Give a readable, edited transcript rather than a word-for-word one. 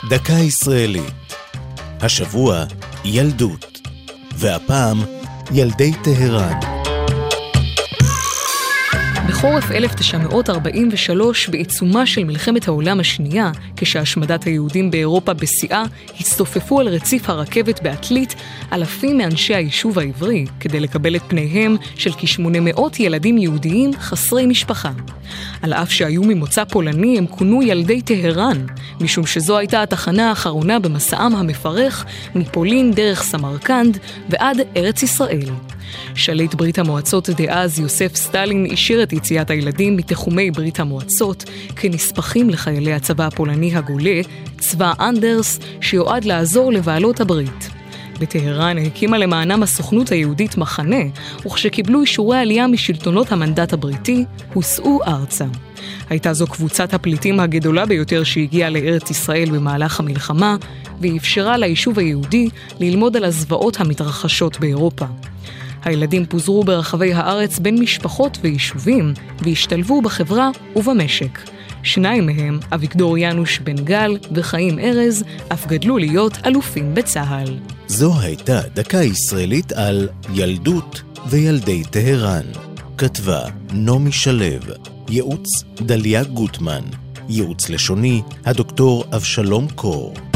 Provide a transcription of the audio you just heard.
דקה ישראלית. השבוע ילדות, והפעם ילדי טהרן. בחורף 1943, בעיצומה של מלחמת העולם השנייה, כשהשמדת היהודים באירופה בשיאה, הצטופפו על רציף הרכבת בעתלית אלפים מאנשי היישוב העברי, כדי לקבל את פניהם של כ-800 ילדים יהודיים חסרי משפחה. על אף שהיו ממוצא פולני, הם כונו ילדי טהרן, משום שזו הייתה התחנה האחרונה במסעם המפרך מפולין דרך סמרקנד ועד ארץ ישראל. שליט ברית המועצות דאז יוסף סטלין אישר את יציאת הילדים מתחומי ברית המועצות כנספחים לחיילי הצבא הפולני הגולה, צבא אנדרס, שיועד לעזור לבעלות הברית. בטהרן הקימה למענם הסוכנות היהודית מחנה, וכשקיבלו אישורי עלייה משלטונות המנדט הבריטי, הוסעו ארצה. הייתה זו קבוצת הפליטים הגדולה ביותר שהגיעה לארץ ישראל במהלך המלחמה, ואפשרה ליישוב היהודי ללמוד על הזוועות המתרחשות באירופה. הילדים פוזרו ברחבי הארץ בין משפחות ויישובים, והשתלבו בחברה ובמשק. שניים מהם, אביגדור ינוש בן גל וחיים ארז, אף גדלו להיות אלופים בצה"ל. זו הייתה דקה ישראלית על ילדות וילדי טהרן. כתבה נעמי שלו, ייעוץ דליה גוטמן, ייעוץ לשוני הדוקטור אבשלום קור.